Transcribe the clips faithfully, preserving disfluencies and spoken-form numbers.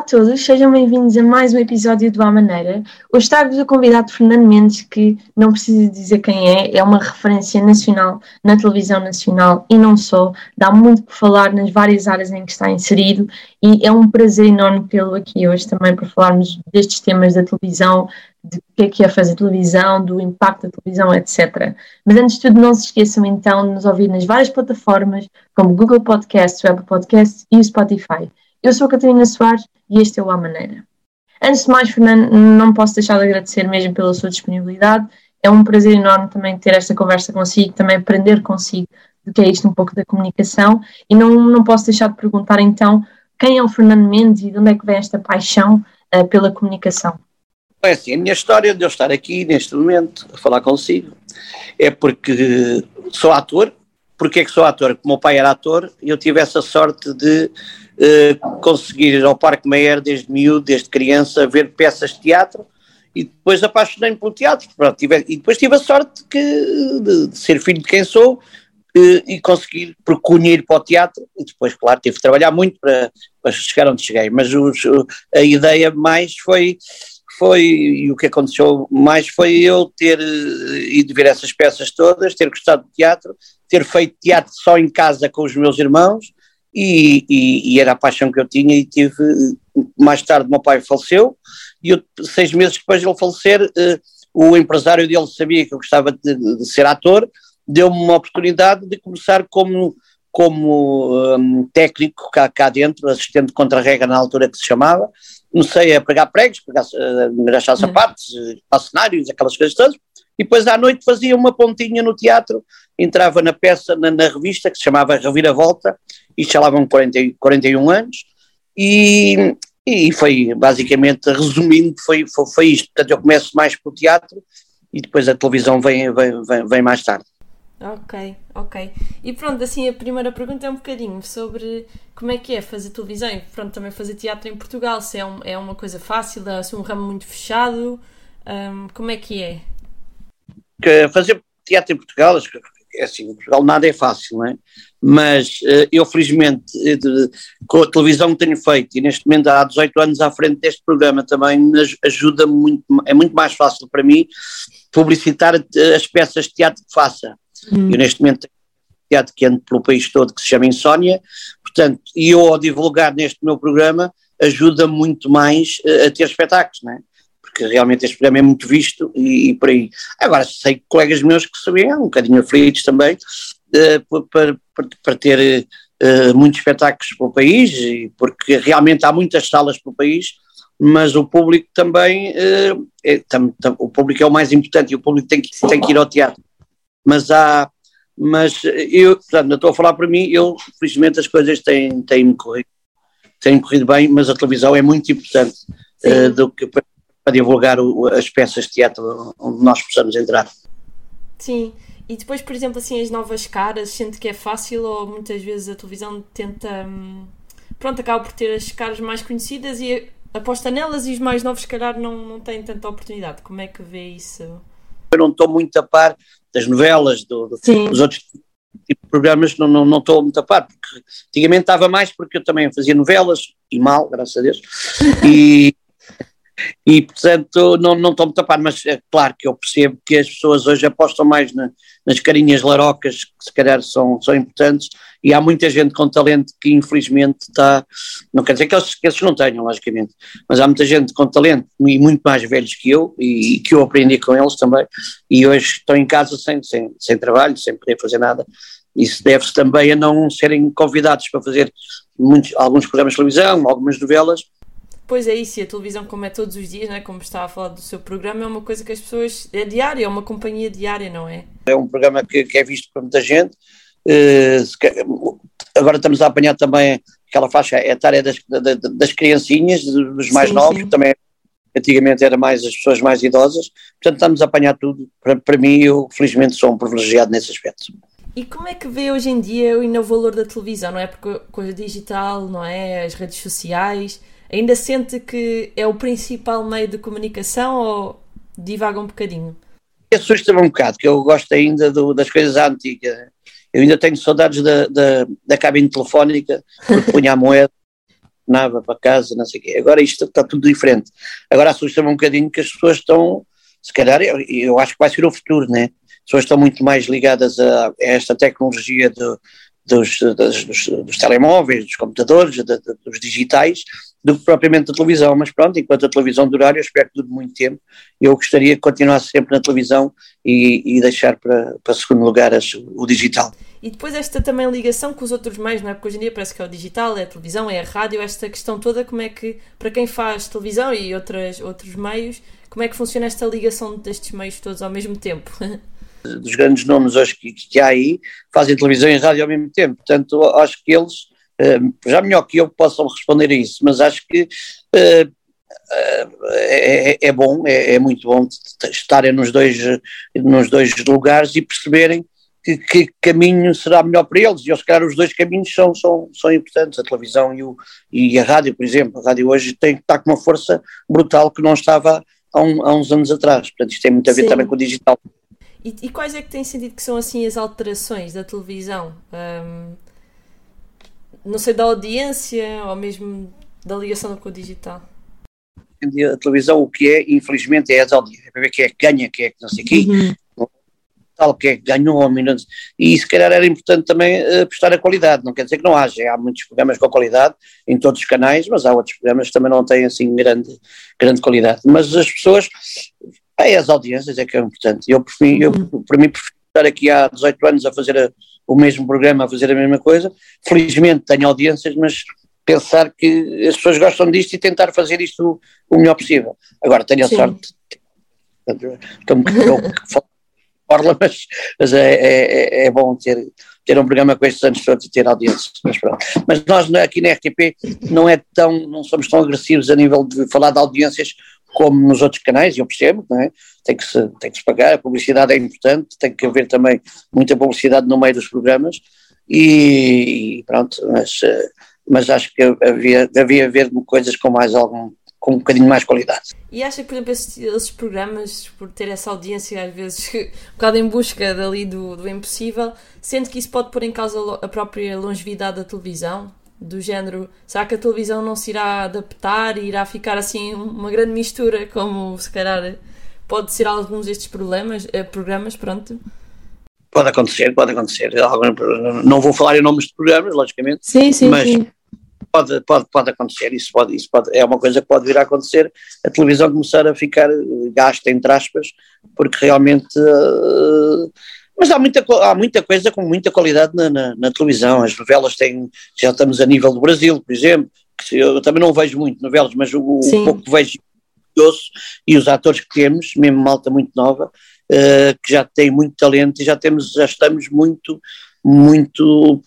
Olá a todos, sejam bem-vindos a mais um episódio do À Maneira. Hoje trago-vos o convidado Fernando Mendes, que não preciso dizer quem é, é uma referência nacional na televisão nacional e não só, dá muito por falar nas várias áreas em que está inserido e é um prazer enorme tê-lo aqui hoje também para falarmos destes temas da televisão, de o que é que é fazer televisão, do impacto da televisão, etcétera. Mas antes de tudo, não se esqueçam então de nos ouvir nas várias plataformas, como Google Podcasts, Apple Podcasts e o Spotify. Eu sou a Catarina Soares e este é o À Maneira. Antes de mais, Fernando, não posso deixar de agradecer mesmo pela sua disponibilidade. É um prazer enorme também ter esta conversa consigo, também aprender consigo do que é isto um pouco da comunicação. E não, não posso deixar de perguntar então quem é o Fernando Mendes e de onde é que vem esta paixão uh, pela comunicação? É assim, a minha história de eu estar aqui neste momento a falar consigo é porque sou ator. Porque é que sou ator? Porque o meu pai era ator e eu tive essa sorte de uh, conseguir ir ao Parque Mayer desde miúdo, desde criança, ver peças de teatro e depois apaixonei-me pelo teatro. Pronto, tive, e depois tive a sorte que, de, de ser filho de quem sou uh, e conseguir percunhir para o teatro e depois, claro, tive de trabalhar muito para, para chegar onde cheguei, mas os, a ideia mais foi... Foi, e o que aconteceu mais foi eu ter uh, ido ver essas peças todas, ter gostado de teatro, ter feito teatro só em casa com os meus irmãos e, e, e era a paixão que eu tinha e tive, mais tarde meu pai faleceu e eu, seis meses depois de ele falecer, uh, o empresário dele sabia que eu gostava de, de ser ator, deu-me uma oportunidade de começar como, como um, técnico cá, cá dentro, assistente de contra-rega na altura que se chamava. Comecei a pregar pregos, pregar, uh, engraxar sapatos, uh, cenários, aquelas coisas todas, e depois à noite fazia uma pontinha no teatro, entrava na peça, na, na revista, que se chamava Reviravolta, e chalavam quarenta, quarenta e um anos, e, e foi, basicamente, resumindo, foi, foi, foi isto. Portanto, eu começo mais pelo teatro, e depois a televisão vem, vem, vem, vem mais tarde. Ok, ok. E pronto, assim, a primeira pergunta é um bocadinho sobre como é que é fazer televisão e pronto, também fazer teatro em Portugal, se é, um, é uma coisa fácil, se é um ramo muito fechado, um, como é que é? Que fazer teatro em Portugal, é assim, em Portugal nada é fácil, não é? Mas eu felizmente, de, com a televisão que tenho feito e neste momento há dezoito anos à frente deste programa também ajuda muito, é muito mais fácil para mim publicitar as peças de teatro que faça. Hum. Eu neste momento tenho um teatro que ando pelo país todo que se chama Insónia, portanto, e eu ao divulgar neste meu programa ajuda muito mais uh, a ter espetáculos, não é? Porque realmente este programa é muito visto e, e por aí. Agora sei que colegas meus que sabiam, um bocadinho aflitos também, uh, para, para, para ter uh, muitos espetáculos pelo país, e porque realmente há muitas salas pelo país, mas o público também, uh, é, tam, tam, o público é o mais importante e o público tem que, tem que ir ao teatro. Mas há, mas eu, portanto, eu estou a falar para mim, eu, felizmente as coisas têm, têm corrido, têm corrido bem, mas a televisão é muito importante uh, do que para, para divulgar o, as peças de teatro onde nós possamos entrar. Sim, e depois, por exemplo, assim, as novas caras, sente que é fácil ou muitas vezes a televisão tenta, hum, pronto, acaba por ter as caras mais conhecidas e aposta nelas e os mais novos, se calhar, não, não têm tanta oportunidade. Como é que vê isso? Eu não estou muito a par das novelas, do, do, dos outros tipos de programas, não, não, não estou muito a par, porque antigamente estava mais porque eu também fazia novelas, e mal, graças a Deus, e, e portanto não, não estou muito a par, mas é claro que eu percebo que as pessoas hoje apostam mais na, nas carinhas larocas, que se calhar são, são importantes, e há muita gente com talento que infelizmente está, não quer dizer que esses, que esses não tenham, logicamente, mas há muita gente com talento e muito mais velhos que eu, e, e que eu aprendi com eles também, e hoje estão em casa sem, sem, sem trabalho, sem poder fazer nada. Isso deve-se também a não serem convidados para fazer muitos, alguns programas de televisão, algumas novelas. Pois é isso, e a televisão, como é todos os dias, né, como estava a falar do seu programa, é uma coisa que as pessoas, é diária, é uma companhia diária, não é? É um programa que, que é visto por muita gente. Uh, agora estamos a apanhar também aquela faixa etária das, das, das criancinhas, dos mais sim, novos, sim. Também antigamente era mais as pessoas mais idosas, portanto estamos a apanhar tudo. Para, para mim, eu felizmente sou um privilegiado nesse aspecto. E como é que vê hoje em dia o valor da televisão, não é? Porque coisa digital, não é? As redes sociais, ainda sente que é o principal meio de comunicação ou divaga um bocadinho? Assusta-me um bocado, que eu gosto ainda do, das coisas antigas. Eu ainda tenho saudades da, da, da cabine telefónica, porque punha a moeda telefonava para casa, não sei o quê. Agora isto está tudo diferente. Agora assusta-me um bocadinho que as pessoas estão, se calhar, eu, eu acho que vai ser o futuro, né? As pessoas estão muito mais ligadas a, a esta tecnologia do, dos, dos, dos, dos telemóveis, dos computadores, de, de, dos digitais, do que propriamente da televisão. Mas pronto, enquanto a televisão durar, eu espero que dure muito tempo. Eu gostaria que continuasse sempre na televisão e, e deixar para, para segundo lugar as, o digital. E depois esta também ligação com os outros meios, não é? Porque hoje em dia parece que é o digital, é a televisão, é a rádio, esta questão toda, como é que, para quem faz televisão e outras, outros meios, como é que funciona esta ligação destes meios todos ao mesmo tempo? Dos grandes nomes hoje que, que há aí, fazem televisão e rádio ao mesmo tempo, portanto acho que eles, já melhor que eu possam responder a isso, mas acho que uh, é, é bom, é, é muito bom estarem nos dois, nos dois lugares e perceberem que, que caminho será melhor para eles, e se calhar os dois caminhos são, são, são importantes, a televisão e, o, e a rádio, por exemplo. A rádio hoje tem que estar com uma força brutal que não estava há, um, há uns anos atrás, portanto isto tem muito a ver Sim. também com o digital. E, e quais é que têm sentido que são assim as alterações da televisão? Um, não sei, da audiência ou mesmo da ligação com o digital? A televisão o que é, infelizmente, é as audiências, é para ver quem é que ganha, quem é que não sei o quê, uhum. tal, quem é que ganhou ao minuto, e se calhar era importante também uh, prestar a qualidade, não quer dizer que não haja, há muitos programas com qualidade em todos os canais, mas há outros programas que também não têm assim grande, grande qualidade, mas as pessoas, é as audiências é que é importante, eu, prefiro, eu para mim prefiro estar aqui há dezoito anos a fazer a, o mesmo programa, a fazer a mesma coisa, felizmente tenho audiências, mas pensar que as pessoas gostam disto e tentar fazer isto o, o melhor possível. Agora tenho a Sim. sorte, estou um bocadinho orla, mas, mas é, é, é bom ter, ter um programa com estes anos todos e ter audiências, mas pronto. Mas nós aqui na R T P não é tão, não somos tão agressivos a nível de falar de audiências como nos outros canais, eu percebo, não é? Tem que se, tem que se pagar, a publicidade é importante, tem que haver também muita publicidade no meio dos programas e, e pronto, mas, mas acho que havia, havia haver coisas com mais algum, com um bocadinho mais qualidade. E acha que, por exemplo, esses, esses programas, por ter essa audiência às vezes um bocado em busca dali do, do impossível, sente que isso pode pôr em causa a própria longevidade da televisão? Do género, será que a televisão não se irá adaptar e irá ficar assim uma grande mistura, como se calhar pode ser alguns destes problemas, eh, programas, pronto? Pode acontecer, pode acontecer. Não vou falar em nomes de programas, logicamente, sim, sim, mas sim. Pode, pode, pode acontecer, isso, pode, isso pode, é uma coisa que pode vir a acontecer, a televisão começar a ficar gasta, entre aspas, porque realmente... Uh, Mas há muita, há muita coisa com muita qualidade na, na, na televisão, as novelas têm, já estamos a nível do Brasil, por exemplo, que eu também não vejo muito novelas, mas o, o pouco que vejo e ouço, e os atores que temos, mesmo malta muito nova, uh, que já tem muito talento e já, temos, já estamos muito, muito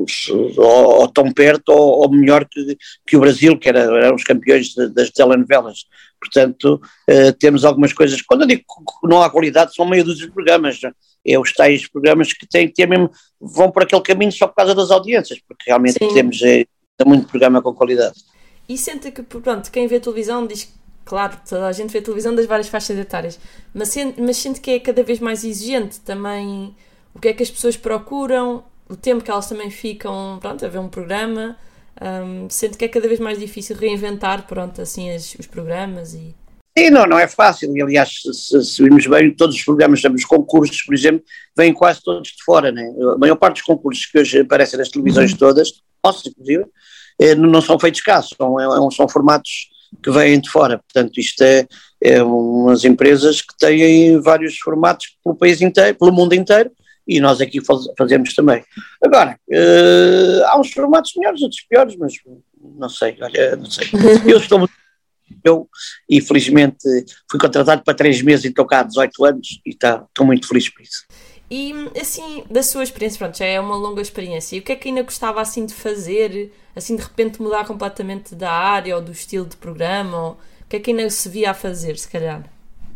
ou, ou tão perto ou, ou melhor que, que o Brasil, que era, eram os campeões de, das telenovelas. Portanto, uh, temos algumas coisas, quando eu digo que não há qualidade, são meio dos programas, é os tais programas que têm que ter mesmo, vão por aquele caminho só por causa das audiências, porque realmente Sim. temos é, muito programa com qualidade. E sente que, pronto, quem vê televisão diz, claro, toda a gente vê televisão das várias faixas etárias, mas sente, mas sente que é cada vez mais exigente também o que é que as pessoas procuram, o tempo que elas também ficam, pronto, a ver um programa, um, sente que é cada vez mais difícil reinventar, pronto, assim, as, os programas e... Sim, não, não é fácil, e aliás, se, se vimos bem, todos os programas, os concursos, por exemplo, vêm quase todos de fora, né? A maior parte dos concursos que hoje aparecem nas televisões todas, nossa, inclusive, não são feitos cá, são, são formatos que vêm de fora, portanto isto é, é umas empresas que têm vários formatos pelo país inteiro, pelo mundo inteiro, e nós aqui faz, fazemos também. Agora, uh, há uns formatos melhores, outros piores, mas não sei, olha, não sei, eu estou muito... Eu, infelizmente, fui contratado para três meses e estou cá há dezoito anos e tá, estou muito feliz por isso. E, assim, da sua experiência, pronto, já é uma longa experiência, e o que é que ainda gostava, assim, de fazer, assim, de repente mudar completamente da área ou do estilo de programa, ou o que é que ainda se via a fazer, se calhar?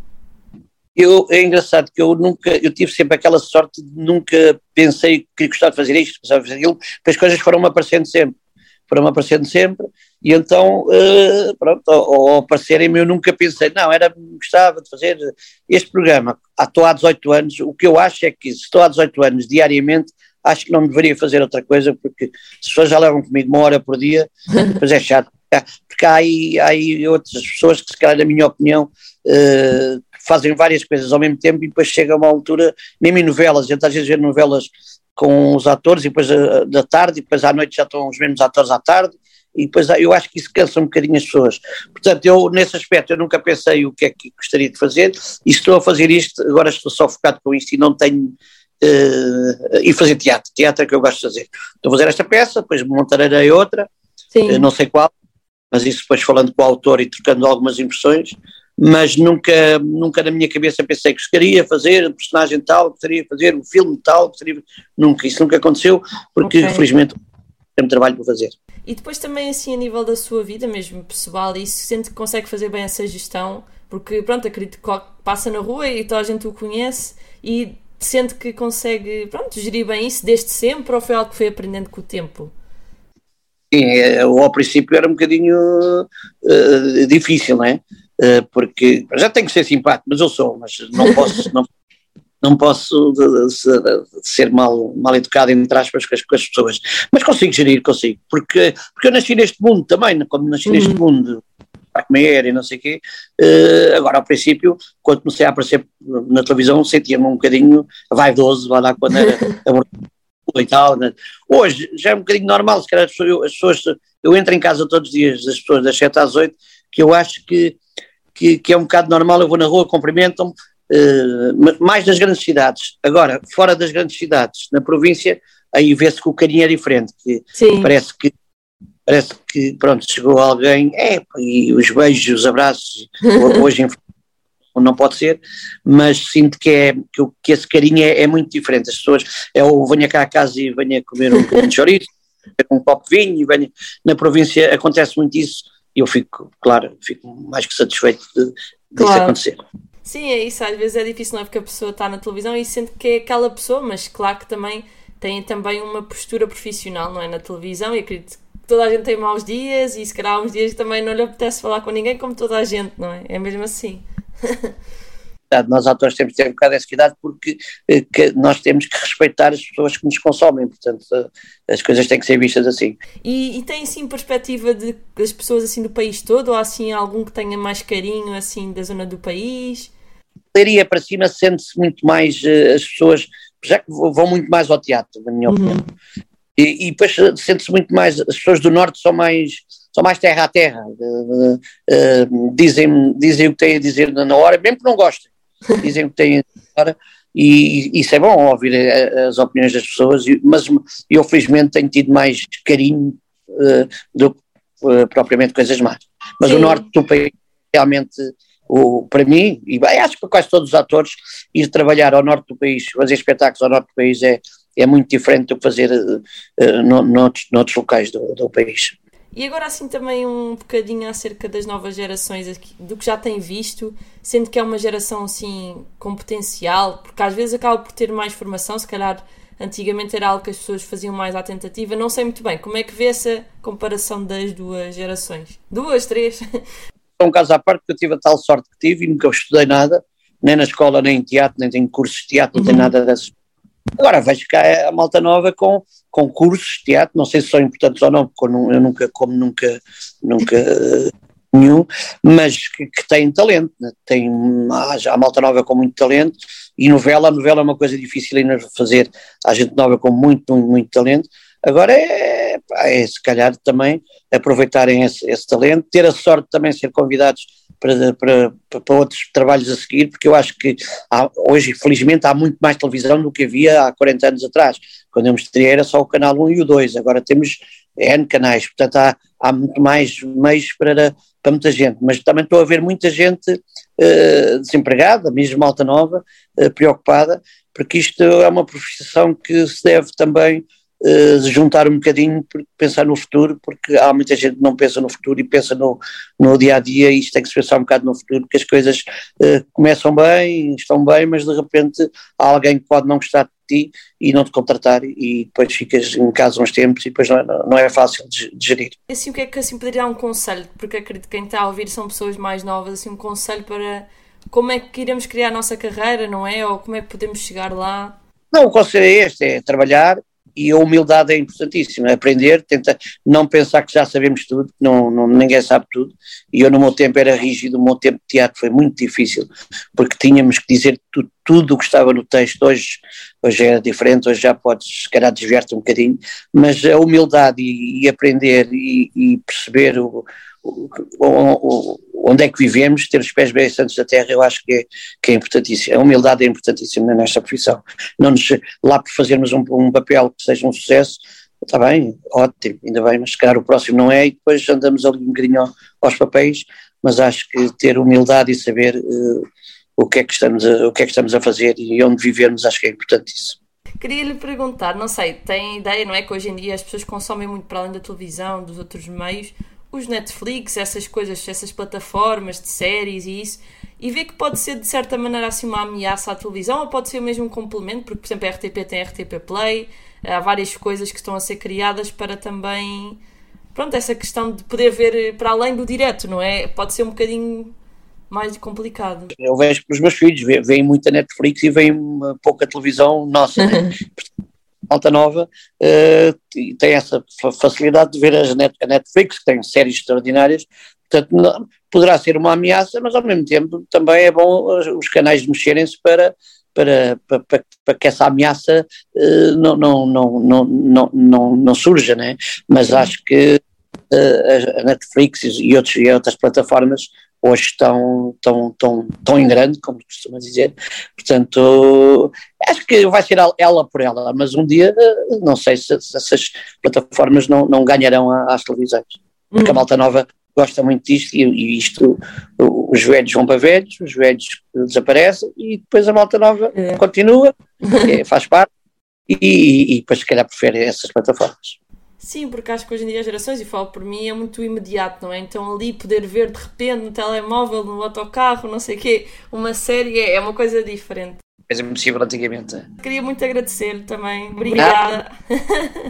Eu, é engraçado que eu nunca, eu tive sempre aquela sorte de nunca pensei que gostava de fazer isto, gostava de fazer aquilo, porque as coisas foram-me aparecendo sempre. foram aparecendo sempre, e então, uh, pronto, ao, ao aparecerem-me eu nunca pensei, não, era, gostava de fazer este programa, ah, estou há dezoito anos, o que eu acho é que se estou há dezoito anos diariamente, acho que não deveria fazer outra coisa, porque se as pessoas já levam comigo uma hora por dia, depois é chato, Porque há aí, há aí outras pessoas que, se calhar, na minha opinião, uh, fazem várias coisas ao mesmo tempo e depois chega a uma altura, mesmo em novelas, a gente às vezes vê novelas com os atores e depois uh, da tarde e depois à noite já estão os mesmos atores à tarde e depois eu acho que isso cansa um bocadinho as pessoas. Portanto, eu nesse aspecto eu nunca pensei o que é que gostaria de fazer e estou a fazer isto, agora estou só focado com isto e não tenho... Uh, e fazer teatro, teatro é que eu gosto de fazer. Estou a fazer esta peça, depois montarei outra, uh, não sei qual, mas isso depois falando com o autor e trocando algumas impressões, mas nunca, nunca na minha cabeça pensei que gostaria de fazer um personagem tal, gostaria de fazer um filme tal, gostaria, nunca, isso nunca aconteceu, porque okay. Felizmente tenho trabalho para fazer. E depois também assim a nível da sua vida mesmo pessoal, isso sente que consegue fazer bem essa gestão, porque pronto, acredito que passa na rua e toda a gente o conhece e sente que consegue, pronto, gerir bem isso desde sempre ou foi algo que foi aprendendo com o tempo? Sim, eu, ao princípio era um bocadinho uh, difícil, não é? Uh, porque já tenho que ser simpático, mas eu sou, mas não posso, não, não posso de, de, de ser mal, mal educado, entre aspas, com as, com as pessoas, mas consigo gerir, consigo, porque, porque eu nasci neste mundo também, como nasci uhum. neste mundo, para comer e não sei o quê, uh, agora ao princípio, quando comecei a aparecer na televisão, sentia-me um bocadinho vaidoso, vai lá quando era e tal, né? Hoje já é um bocadinho normal, se calhar as pessoas, as pessoas, eu entro em casa todos os dias, as pessoas das sete às oito, que eu acho que, que, que é um bocado normal, eu vou na rua, cumprimentam-me, uh, mais nas grandes cidades. Agora, fora das grandes cidades, na província, aí vê-se que o carinho é diferente, que parece que parece que, pronto, chegou alguém, é, e os beijos, os abraços, hoje em não pode ser, mas sinto que, é, que, que esse carinho é, é muito diferente. As pessoas, eu venho cá a casa e venho a comer um bocadinho de chouriço, com um copo de vinho, e venho, na província acontece muito isso, e eu fico, claro, fico mais que satisfeito de, de claro. Isso acontecer. Sim, é isso, às vezes é difícil, não é, porque a pessoa está na televisão e sente que é aquela pessoa, mas claro que também tem também uma postura profissional, não é, na televisão, e acredito que toda a gente tem maus dias, e se calhar há uns dias que também não lhe apetece falar com ninguém, como toda a gente, não é? É mesmo assim. Nós atores temos de ter um bocado essa cuidado porque que nós temos que respeitar as pessoas que nos consomem, portanto as coisas têm que ser vistas assim. E, e tem assim perspectiva de, das pessoas assim do país todo, ou assim algum que tenha mais carinho assim da zona do país? Leiria para cima sente-se muito mais, as pessoas já que vão muito mais ao teatro, na minha opinião, uhum. e, e depois sente-se muito mais, as pessoas do norte são mais são mais terra a terra, uh, uh, dizem, dizem o que têm a dizer na hora, mesmo que não gostem, dizem o que têm a dizer na hora, e, e isso é bom, ouvir as opiniões das pessoas, mas eu felizmente tenho tido mais carinho uh, do que uh, propriamente coisas más. Mas Sim. O norte do país realmente, o, para mim, e bem, acho que para quase todos os atores, ir trabalhar ao norte do país, fazer espetáculos ao norte do país é, é muito diferente do que fazer uh, uh, no, noutros, noutros locais do, do país. E agora assim também um bocadinho acerca das novas gerações, aqui, do que já tem visto, sendo que é uma geração assim com potencial, porque às vezes acaba por ter mais formação, se calhar antigamente era algo que as pessoas faziam mais à tentativa, não sei muito bem, como é que vê essa comparação das duas gerações? Duas, três? É um caso à parte, porque eu tive a tal sorte que tive e nunca estudei nada, nem na escola, nem em teatro, nem tenho cursos de teatro, não uhum. tenho nada dessas. Agora vejo cá a malta nova com, com cursos de teatro, não sei se são importantes ou não, porque eu nunca, como nunca, nunca nenhum, mas que, que têm talento, né? Tem há malta nova com muito talento, e novela, a novela é uma coisa difícil ainda de fazer, há gente nova com muito, muito, muito talento. Agora é, é se calhar também aproveitarem esse, esse talento, ter a sorte de também ser convidados Para, para, para outros trabalhos a seguir, porque eu acho que há, hoje, felizmente, há muito mais televisão do que havia há quarenta anos atrás. Quando eu me estreiei era só o canal um e o dois, agora temos N canais, portanto há, há muito mais meios para, para muita gente, mas também estou a ver muita gente uh, desempregada, mesmo malta nova, uh, preocupada, porque isto é uma profissão que se deve também Uh, juntar um bocadinho, pensar no futuro, porque há muita gente que não pensa no futuro e pensa no, no dia a dia, e isto tem que se pensar um bocado no futuro, porque as coisas uh, começam bem, estão bem, mas de repente há alguém que pode não gostar de ti e não te contratar, e depois ficas em casa uns tempos e depois não, não é fácil de, de gerir. Assim, o que é que assim poderia dar um conselho, porque acredito que quem está a ouvir são pessoas mais novas, assim um conselho para como é que iremos criar a nossa carreira, não é? Ou como é que podemos chegar lá? Não, o conselho é este, é trabalhar e a humildade é importantíssima, aprender, tentar não pensar que já sabemos tudo, não, não, ninguém sabe tudo, e eu no meu tempo era rígido, o meu tempo de teatro foi muito difícil, porque tínhamos que dizer tudo, tudo o que estava no texto. Hoje, hoje é diferente, hoje já podes, se calhar, desviar-te um bocadinho, mas a humildade e, e aprender e, e perceber o, o, o, onde é que vivemos, ter os pés bem assentos da terra, eu acho que é, que é importantíssimo. A humildade é importantíssima nesta profissão. Não nos, lá por fazermos um, um papel que seja um sucesso, está bem, ótimo, ainda bem, mas se calhar o próximo não é, e depois andamos ali um bocadinho aos papéis, mas acho que ter humildade e saber uh, o, que é que estamos a, o que é que estamos a fazer e onde vivermos, acho que é importante isso. Queria lhe perguntar, não sei, tem ideia, não é, que hoje em dia as pessoas consomem muito para além da televisão, dos outros meios, os Netflix, essas coisas, essas plataformas de séries e isso, e vê que pode ser de certa maneira assim uma ameaça à televisão, ou pode ser mesmo um complemento, porque por exemplo a R T P tem a R T P Play, há várias coisas que estão a ser criadas para também, pronto, essa questão de poder ver para além do direto, não é? Pode ser um bocadinho mais complicado. Eu vejo que os meus filhos veem muita Netflix e veem pouca televisão nossa, né? Malta nova uh, tem essa facilidade de ver as net, a Netflix, que tem séries extraordinárias, portanto não, poderá ser uma ameaça, mas ao mesmo tempo também é bom os, os canais mexerem-se para, para, para, para, para que essa ameaça uh, não, não, não, não, não, não, não surja, né? Mas acho que uh, a Netflix e, outros, e outras plataformas hoje estão, estão, estão, estão em grande, como costuma dizer, portanto acho que vai ser ela por ela, mas um dia não sei se, se essas plataformas não, não ganharão às televisões, porque a malta nova gosta muito disto e, e isto, os velhos vão para velhos, os velhos desaparecem e depois a malta nova é. continua, é, faz parte e, e, e depois se calhar prefere essas plataformas. Sim, porque acho que hoje em dia as gerações, e falo por mim, é muito imediato, não é? Então ali poder ver de repente no telemóvel, no autocarro, não sei o quê, uma série é uma coisa diferente. É impossível antigamente. Queria muito agradecer também. Obrigada.